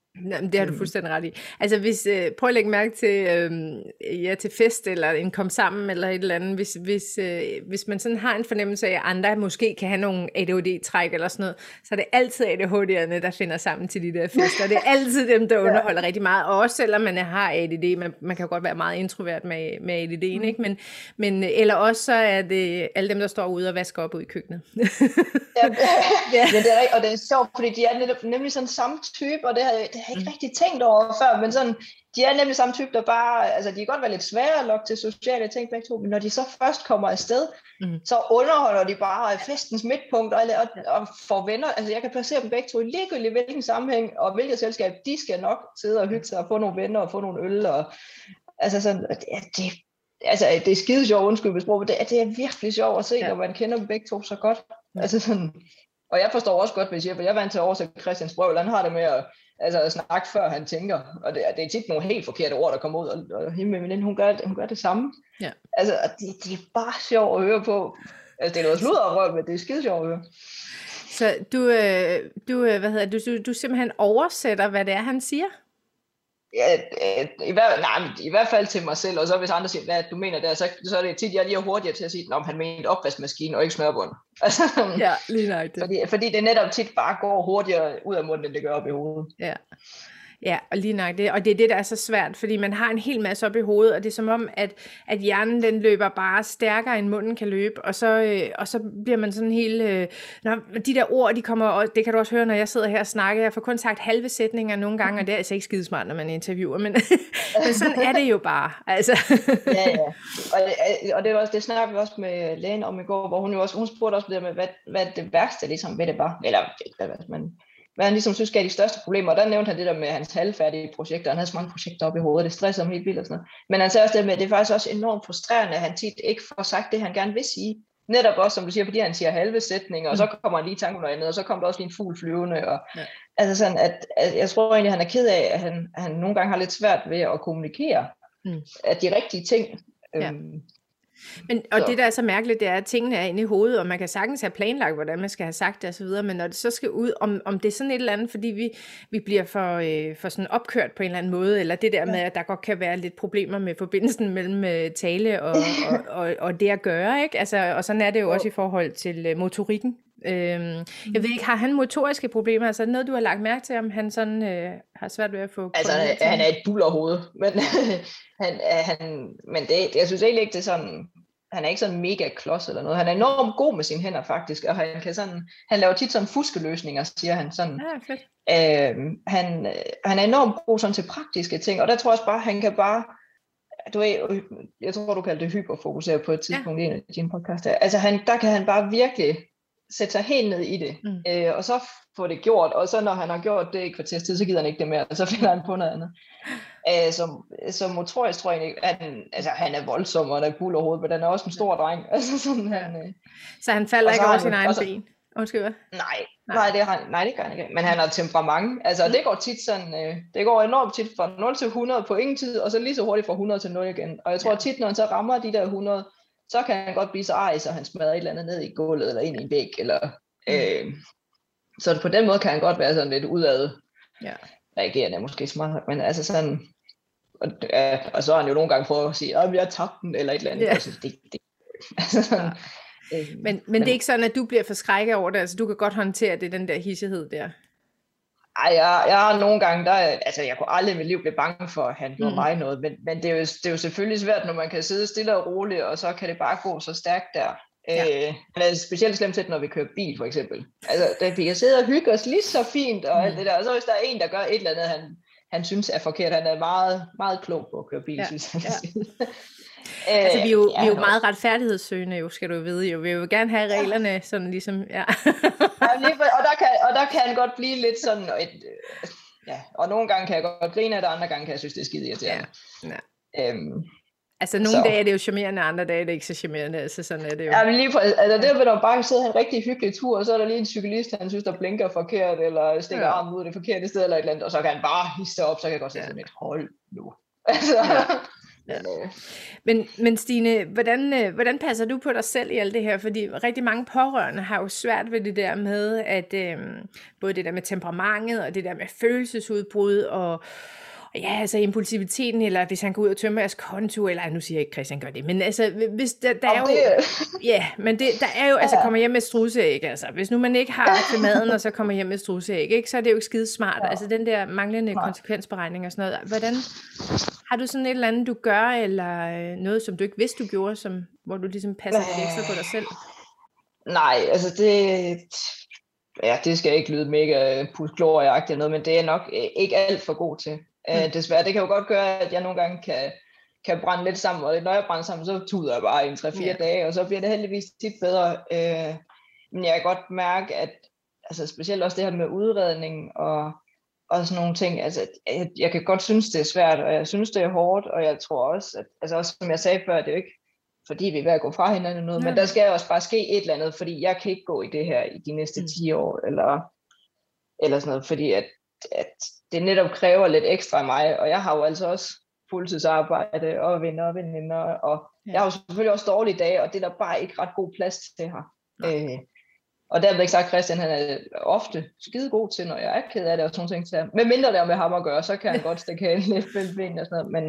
Speaker 1: Jamen, det har du fuldstændig ret i. Altså, hvis, øh, prøv at lægge mærke til, øh, ja, til fest, eller en kom sammen, eller et eller andet. Hvis, hvis, øh, hvis man sådan har en fornemmelse af, at andre måske kan have nogle A D H D-træk eller sådan noget, så er det altid A D H D'erne, der finder sammen til de der fester. Det er altid dem, der underholder ja. rigtig meget. Og også selvom man har A D D, man, man kan jo godt være meget introvert med, med A D D'en, mm. ikke? Men, men, eller også så er det alle dem, der står ude og vasker op ude i køkkenet.
Speaker 2: ja, ja. ja, det er rigtigt, og det er sjovt, fordi de er netop, nemlig sådan samme type, og det har, det har jeg ikke rigtig tænkt over før, men sådan, de er nemlig samme type, der bare, altså de kan godt være lidt svære at lokke til sociale ting begge to, men når de så først kommer afsted, mm. så underholder de bare festens midtpunkt, og, og, og får venner, altså jeg kan placere dem begge to i ligegyldigt hvilken sammenhæng, og hvilket selskab, de skal nok sidde og hygge sig, og få nogle venner, og få nogle øl, og altså sådan, ja, det, altså det er skide sjovt, undskyld med sprog, men det, det er virkelig sjovt at se, ja. når man kender dem begge to så godt, ja. altså sådan, og jeg forstår også godt, hvis jeg, for jeg er vant til at oversætte Christian Sprøvl, han har det med at, altså, at snakke før han tænker, og det, det er tit nogle helt forkerte ord, der kommer ud, og, og hende med veninde, hun gør, hun gør det samme. Ja. Altså, det, det er bare sjovt at høre på. Altså, det er noget sludder og røv, men det er skide sjovt at høre.
Speaker 1: Så du, øh, du, hvad hedder, du, du, du simpelthen oversætter, hvad det er, han siger?
Speaker 2: Ja, i, hver, nej, i hvert fald til mig selv, og så hvis andre siger, hvad du mener der, så, så er det tit, jeg lige er hurtigere til at sige, om han mente opvaskemaskine og ikke smørbånd. Altså,
Speaker 1: ja, lige nok det.
Speaker 2: Fordi, fordi det netop tit bare går hurtigere ud af munden, end det gør op i hovedet.
Speaker 1: Ja. Ja, og lige nok det, og det er det, der er så svært, fordi man har en hel masse op i hovedet, og det er som om, at, at hjernen den løber bare stærkere, end munden kan løbe, og så, øh, og så bliver man sådan helt, øh, når de der ord, de kommer, og det kan du også høre, når jeg sidder her og snakker, jeg får kun sagt halve sætninger nogle gange, og det er altså ikke skidesmart, når man interviewer, men, men sådan er det jo bare, altså. ja, ja,
Speaker 2: og, og det, også, det snakker vi også med lægen om i går, hvor hun jo også, hun spurgte også det med, hvad, hvad det værste ligesom ved det var, eller hvad man... hvad han ligesom synes er de største problemer, og der nævnte han det der med hans halvfærdige projekter, han havde så mange projekter op i hovedet, det stresser ham helt vildt og sådan noget. Men han sagde også det med, at det er faktisk også enormt frustrerende, at han tit ikke får sagt det, han gerne vil sige. Netop også, som du siger, fordi han siger halve sætninger, og så kommer han lige i tanke om noget andet, og så kommer der også lige en fugl flyvende, og ja. altså sådan, at, at jeg tror egentlig, han er ked af, at han, han nogle gange har lidt svært ved at kommunikere, mm. at de rigtige ting.
Speaker 1: Ja.
Speaker 2: Øhm,
Speaker 1: Men, og så. Det der er så mærkeligt, det er, at tingene er inde i hovedet, og man kan sagtens have planlagt, hvordan man skal have sagt det og så videre, men når det så skal ud, om, om det er sådan et eller andet, fordi vi, vi bliver for, øh, for sådan opkørt på en eller anden måde, eller det der med, at der godt kan være lidt problemer med forbindelsen mellem øh, tale og, og, og, og det at gøre, ikke? Altså, og sådan er det jo også i forhold til øh, motorikken. Øhm, jeg ved ikke, har han motoriske problemer? Altså er det noget, du har lagt mærke til, om han sådan øh, har svært ved at få...
Speaker 2: Altså han, han er et bullerhoved, men, han, han, men det, jeg synes egentlig ikke, det er sådan... Han er ikke sådan mega klods eller noget. Han er enormt god med sine hænder faktisk, og han kan sådan... Han laver tit sådan fuskeløsninger, siger han sådan.
Speaker 1: Ja, fedt.
Speaker 2: Øhm, han, han er enormt god sådan til praktiske ting, og der tror jeg også bare, han kan bare... Du ved, jeg tror, du kalder det hyperfokusere på et tidspunkt ja. i en af dine podcaster. Altså han, der kan han bare virkelig sætte sig helt ned i det, mm. øh, og så få det gjort, og så når han har gjort det i kvarters tid, så gider han ikke det mere, og så finder han på noget andet. Øh, så, så motorisk tror jeg ikke, at han, altså, han er voldsom, og der er guld over hovedet, men den er også en stor dreng. Altså, sådan, han, øh,
Speaker 1: så han falder ikke over sin egen ben? Undskyld, hvad?
Speaker 2: Nej, nej. Nej, det han, nej, det gør han ikke. Men han har temperament. Altså, mm. det går tit sådan, øh, det går enormt tit fra nul til hundrede på ingen tid, og så lige så hurtigt fra hundrede til nul igen. Og jeg tror ja. tit, når han så rammer de der hundrede, så kan han godt blive så ej, så han smadrer et eller andet ned i gulvet, eller ind i en væg, eller... Mm. Øh, så på den måde kan han godt være sådan lidt udad ja. reagerende, måske smart, men altså sådan... Og, ja, og så har han jo nogle gange prøvet at sige, at jeg har tabt den, eller et eller andet. Ja. Altså, det, det, altså sådan,
Speaker 1: ja. øh, men, men, men det er ikke sådan, at du bliver forskrækket over det, altså du kan godt håndtere det, den der hissighed der?
Speaker 2: Ej, jeg, jeg har nogle gange, der, altså jeg kunne aldrig i mit liv blive bange for, at han gjorde mm. mig noget, men, men det, er jo, det er jo selvfølgelig svært, når man kan sidde stille og roligt, og så kan det bare gå så stærkt der. Ja. Øh, det er specielt slemt set, når vi kører bil, for eksempel. Altså, der, vi kan sidde og hygge os lige så fint, og mm. alt det der, og så hvis der er en, der gør et eller andet, han, han synes er forkert, han er meget, meget klog på at køre bil, ja. synes jeg. Ja.
Speaker 1: Altså, vi er jo, ja, vi er jo meget retfærdighedssøgende, jo, skal du vide. Jo. Vi vil jo gerne have reglerne, ja. sådan ligesom, ja.
Speaker 2: ja lige, og, der kan, og der kan han godt blive lidt sådan, et, ja, og nogle gange kan jeg godt grine af det, andre gange kan jeg synes, det er skide irriterende. Ja. Ja. Øhm,
Speaker 1: altså, nogle så. dage er det jo charmerende, andre dage er det ikke så charmerende, altså sådan er det jo.
Speaker 2: Ja, men lige på, altså, det er jo bare sidde og have en rigtig hyggelig tur, og så er der lige en cyklist, han synes, der blinker forkert, eller stikker ja. armen ud det forkerte sted, eller et eller andet, og så kan han bare hisse op, så kan jeg godt sige sådan lidt, hold nu. Altså, ja.
Speaker 1: Ja. Men, men Stine, hvordan, hvordan passer du på dig selv i alt det her? Fordi rigtig mange pårørende har jo svært ved det der med, at øh, både det der med temperamentet, og det der med følelsesudbrud, og ja, altså impulsiviteten, eller hvis han går ud og tømmer jeres konto, eller nu siger jeg ikke, Christian gør det, men altså, hvis der, der er jo, ja, men det, der er jo, altså kommer hjem med strudseæg, altså, hvis nu man ikke har til maden, og så kommer hjem med strudseæg, ikke, så er det jo ikke skide smart, ja. Altså den der manglende konsekvensberegning og sådan noget, hvordan, har du sådan et eller andet, du gør, eller noget, som du ikke vidste, du gjorde, som, hvor du ligesom passer lidt ekstra på dig selv?
Speaker 2: Nej, altså det, ja, det skal ikke lyde mega pusglorieagtigt noget, men det er nok ikke alt for god til. Uh, desværre, det kan jo godt gøre, at jeg nogle gange kan, kan brænde lidt sammen, og når jeg brænder sammen, så tuder jeg bare i en tre fire yeah. dage, og så bliver det heldigvis tit bedre. Uh, men jeg kan godt mærke, at altså specielt også det her med udredning og, og sådan nogle ting, altså jeg, jeg kan godt synes, det er svært, og jeg synes, det er hårdt, og jeg tror også, at, altså også som jeg sagde før, det er jo ikke fordi vi er ved at gå fra hinanden noget, ja. Men der skal også bare ske et eller andet, fordi jeg kan ikke gå i det her i de næste ti år, eller, eller sådan noget, fordi at at det netop kræver lidt ekstra af mig, og jeg har jo altså også fuldtidsarbejde og venner og veninder, og ja. Jeg har jo selvfølgelig også dårlige dage, og det er der bare ikke ret god plads til her. Øh, og derved ikke sagt, Christian han er ofte skide god til, når jeg er ked af det og sådan ting til. Med mindre der med ham at gøre, så kan han godt stikke hen lidt mellem benene og sådan noget, men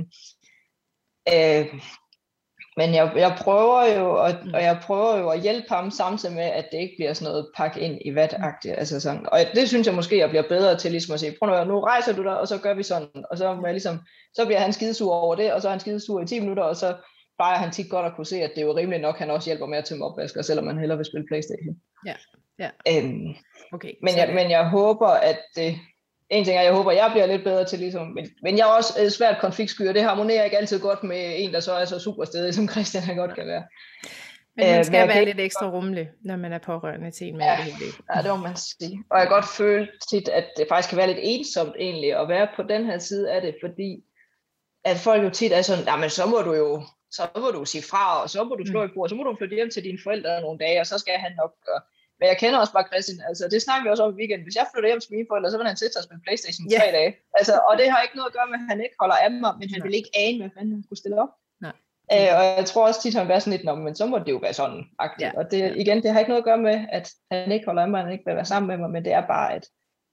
Speaker 2: øh, Men jeg, jeg prøver jo, og, og jeg prøver jo at hjælpe ham samtidig med, at det ikke bliver sådan noget pakket ind i vatagtigt. Altså sådan. Og det synes jeg måske, jeg bliver bedre til ligesom at sige, prøv nu, nu rejser du dig, og så gør vi sådan. Og så, må jeg ligesom, så bliver han skidesur over det, og så er han skidesur i ti minutter, og så plejer han tit godt at kunne se, at det er jo rimeligt nok, han også hjælper med at tømme opvasker, selvom man hellere vil spille PlayStation.
Speaker 1: Ja, ja.
Speaker 2: Øhm,
Speaker 1: okay,
Speaker 2: men, jeg, men jeg håber, at det... En ting er, jeg håber, jeg bliver lidt bedre til ligesom, men, men jeg er også øh, svært konfliktsky, og det harmonerer ikke altid godt med en, der så er så super stedig, som Christian han godt kan være.
Speaker 1: Men man skal øh, være kan... lidt ekstra rummelig, når man er pårørende til en med
Speaker 2: ja,
Speaker 1: det hele.
Speaker 2: Ja, det må man sige. Og jeg kan godt føle tit, at det faktisk kan være lidt ensomt egentlig, at være på den her side af det, fordi at folk jo tit er sådan, jamen så må du jo, så må du sige fra, og så må du slå i bordet, så må du flytte hjem til dine forældre nogle dage, og så skal han nok gøre. Men jeg kender også bare Christian, altså det snakker vi også om i weekenden. Hvis jeg flytter hjem til mine forældre, så vil han sætte sig og spille PlayStation i yeah. tre dage. Altså, og det har ikke noget at gøre med, at han ikke holder af mig, men han Nej. Vil ikke ane, hvad fanden han skulle stille op. Nej. Øh, og jeg tror også tit, han vil være sådan lidt, men så må det jo være sådan. Ja. Og det, igen, det har ikke noget at gøre med, at han ikke holder af mig, han ikke vil være sammen med mig, men det er bare, at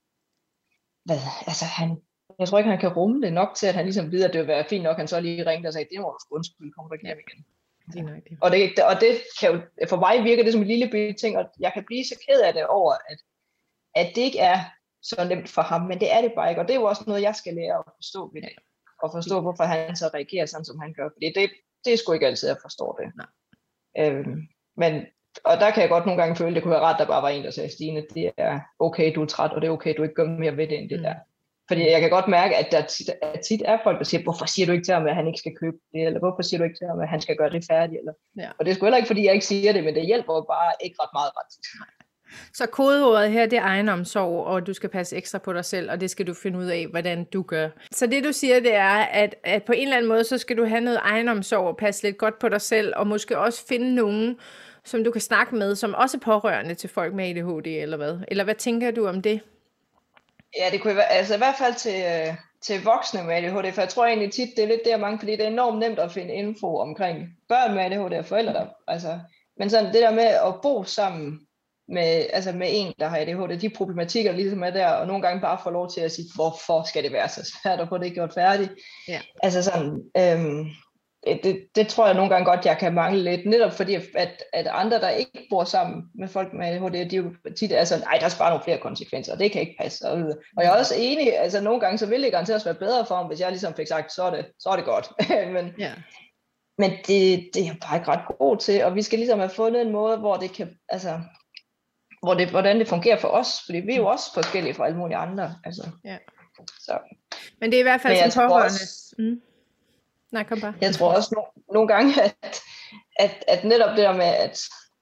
Speaker 2: hvad, altså han, jeg tror ikke, han kan rumme det nok til, at han ligesom ved, at det vil være fint nok, han så lige ringte og sagde, det må du sgu undskylde, kommer du ikke hjem igen. Det er det. Og, det, og det kan jo, for mig virker det som en lille bitte ting, og jeg kan blive så ked af det over, at, at det ikke er så nemt for ham, men det er det bare ikke, og det er jo også noget, jeg skal lære at forstå ved det, og forstå, hvorfor han så reagerer sådan, som han gør, fordi det, det er sgu ikke altid, jeg forstår det. Øhm, men, og der kan jeg godt nogle gange føle, det kunne være ret, der bare var en, der sagde, Stine, det er okay, du er træt, og det er okay, du ikke gør mere ved det, end det der. Fordi jeg kan godt mærke, at der tit, at tit er folk, der siger, hvorfor siger du ikke til ham, at han ikke skal købe det, eller hvorfor siger du ikke til ham, at han skal gøre det færdigt, eller... Ja. Og det er sgu heller ikke, fordi jeg ikke siger det, men det hjælper bare ikke ret meget ret tit.
Speaker 1: Så kodeordet her, det er egenomsorg, og du skal passe ekstra på dig selv, og det skal du finde ud af, hvordan du gør. Så det du siger, det er, at, at på en eller anden måde, så skal du have noget egenomsorg og passe lidt godt på dig selv, og måske også finde nogen, som du kan snakke med, som også er pårørende til folk med A D H D, eller hvad? Eller hvad tænker du om det?
Speaker 2: Ja, det kunne være, altså i hvert fald til, til voksne med A D H D, for jeg tror egentlig tit, det er lidt der mange, fordi det er enormt nemt at finde info omkring børn med A D H D og forældre der, altså, men sådan det der med at bo sammen med, altså med en, der har A D H D, de problematikker ligesom er der, og nogle gange bare få lov til at sige, hvorfor skal det være så svært at få det gjort færdigt, ja. Altså sådan, øhm, Det, det tror jeg nogle gange godt, jeg kan mangle lidt, netop fordi, at, at andre, der ikke bor sammen med folk med A D H D, de jo tit er sådan, ej, der er bare nogle flere konsekvenser, og det kan ikke passe. Og, og jeg er også enig, altså nogle gange, så ville det garanteret være bedre for ham, hvis jeg ligesom fik sagt, så er det, så er det godt. men ja. men det, det er jeg bare ikke ret god til, og vi skal ligesom have fundet en måde, hvor det kan, altså, hvor det, hvordan det fungerer for os, fordi vi er jo også forskellige fra alle mulige andre. Altså. Ja. Så.
Speaker 1: Men det er i hvert fald som pårørende. Mm. Nej, kom bare.
Speaker 2: Jeg tror også no- nogle gange, at, at, at netop det der med, at,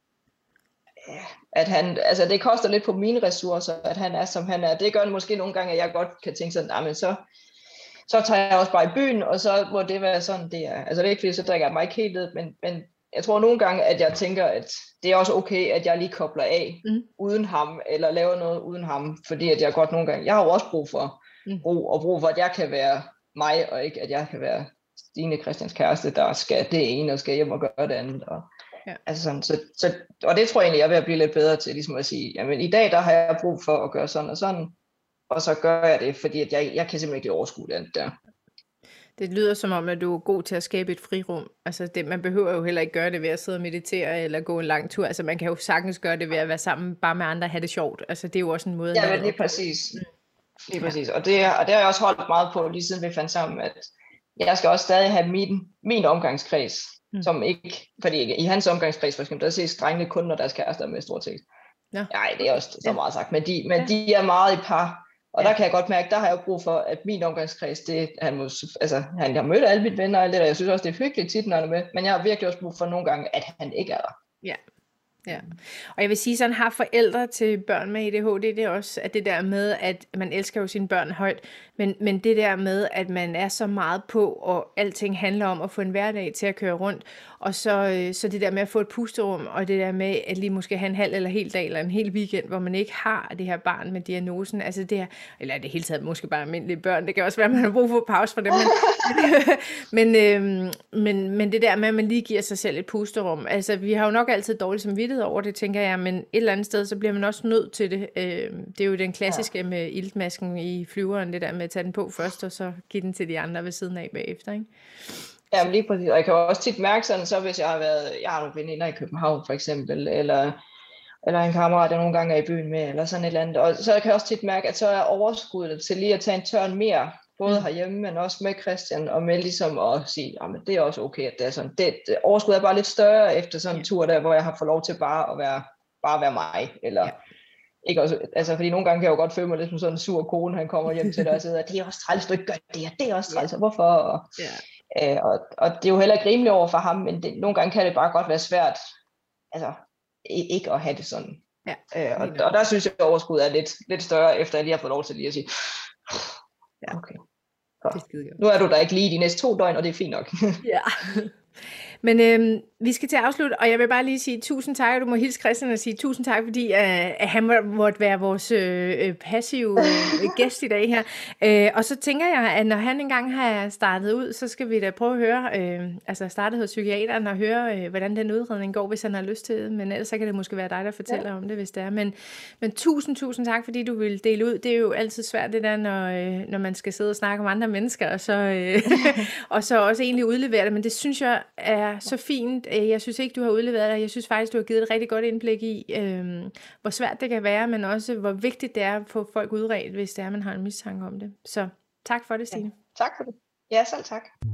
Speaker 2: at han, altså det koster lidt på mine ressourcer, at han er, som han er. Det gør det måske nogle gange, at jeg godt kan tænke sådan, men så, så tager jeg også bare i byen, og så må det være sådan, det er. Altså det er ikke fordi, så drikker jeg mig ikke helt ned, men, men jeg tror nogle gange, at jeg tænker, at det er også okay, at jeg lige kobler af mm. uden ham, eller laver noget uden ham, fordi at jeg godt nogle gange, jeg har jo også brug for mm. ro, og brug for, at jeg kan være mig, og ikke at jeg kan være Stine, Christians kæreste, der skal det ene og skal hjem og gøre det andet. Og,
Speaker 1: ja.
Speaker 2: altså sådan, så, så, og det tror jeg egentlig, jeg er ved at blive lidt bedre til, ligesom at sige, jamen i dag der har jeg brug for at gøre sådan og sådan, og så gør jeg det, fordi at jeg, jeg kan simpelthen ikke overskue det der.
Speaker 1: Det lyder som om, at du er god til at skabe et frirum. Altså det, man behøver jo heller ikke gøre det ved at sidde og meditere eller gå en lang tur. Altså man kan jo sagtens gøre det ved at være sammen bare med andre og have det sjovt. Altså det er jo også en måde.
Speaker 2: Ja, men lige præcis. Lige præcis. Og det, og det har jeg også holdt meget på, lige siden vi fandt sammen, at jeg skal også stadig have min, min omgangskreds, mm. som ikke, fordi i hans omgangskreds for eksempel, der ses drengene kun, når deres kærester er med stort set. Ja. Nej, det er også så ja. meget sagt, men, de, men ja. de er meget i par. Og ja. der kan jeg godt mærke, der har jeg brug for, at min omgangskreds, det, han, må, altså, han har mødt alle mine venner, og det, og jeg synes også, det er hyggeligt tit, når han er med, men jeg har virkelig også brug for nogle gange, at han ikke er der.
Speaker 1: Ja. Ja, og jeg vil sige, sådan har forældre til børn med A D H D, det er også at det der med, at man elsker jo sine børn højt, men, men det der med, at man er så meget på, og alting handler om at få en hverdag til at køre rundt, og så, så det der med at få et pusterum, og det der med at lige måske have en halv eller hel dag, eller en hel weekend, hvor man ikke har det her barn med diagnosen, altså det her, eller det hele taget måske bare almindelige børn, det kan også være, at man har brug for pause for dem, men, men, øhm, men, men det der med, at man lige giver sig selv et pusterum, altså vi har jo nok altid dårligt samvittighed over det, tænker jeg, men et eller andet sted, så bliver man også nødt til det. Det er jo den klassiske ja. med iltmasken i flyveren, det der med at tage den på først, og så give den til de andre ved siden af bagefter, ikke?
Speaker 2: Ja, men lige præcis. Og jeg kan også tit mærke sådan, så hvis jeg har været, jeg har nogle veninder i København for eksempel, eller, eller en kammerat, der nogle gange er i byen med, eller sådan et eller andet, og så kan jeg også tit mærke, at så er overskuddet til lige at tage en tørn mere, både herhjemme, men også med Christian, og med ligesom at sige, jamen det er også okay, at det er sådan, det, det overskud er bare lidt større efter sådan en ja. tur der, hvor jeg har fået lov til bare at være, bare at være mig, eller ja. ikke også, altså fordi nogle gange kan jeg jo godt føle mig lidt som sådan en sur kone, han kommer hjem til dig og siger, det er også træls, du ikke gør det, det er også træls, og hvorfor, og, ja. øh, og, og det er jo heller ikke rimeligt over for ham, men det, nogle gange kan det bare godt være svært, altså ikke at have det sådan, ja. øh, og, og der synes jeg, at overskuddet er lidt, lidt større, efter jeg lige har fået lov til lige at sige, ja. okay. Nu er du der ikke lige de næste to døgn, og det er fint nok.
Speaker 1: Ja. Men øhm, vi skal til at afslutte, og jeg vil bare lige sige tusind tak, og du må hilse Christian og sige tusind tak, fordi øh, at han må, måtte være vores øh, passive øh, gæst i dag her. Øh, og så tænker jeg, at når han engang har startet ud, så skal vi da prøve at høre, øh, altså startet hos psykiateren og høre, øh, hvordan den udredning går, hvis han har lyst til det. Men ellers så kan det måske være dig, der fortæller ja. om det, hvis det er. Men, men tusind, tusind tak, fordi du vil dele ud. Det er jo altid svært det der, når, øh, når man skal sidde og snakke om andre mennesker, og så, øh, og så også egentlig udlevere det. Men det synes jeg er så fint. Jeg synes ikke, du har udleveret dig. Jeg synes faktisk, du har givet et rigtig godt indblik i, øh, hvor svært det kan være, men også hvor vigtigt det er at få folk udredt, hvis det er, man har en mistanke om det. Så tak for det, Stine.
Speaker 2: Ja, tak for det. Ja, selv tak.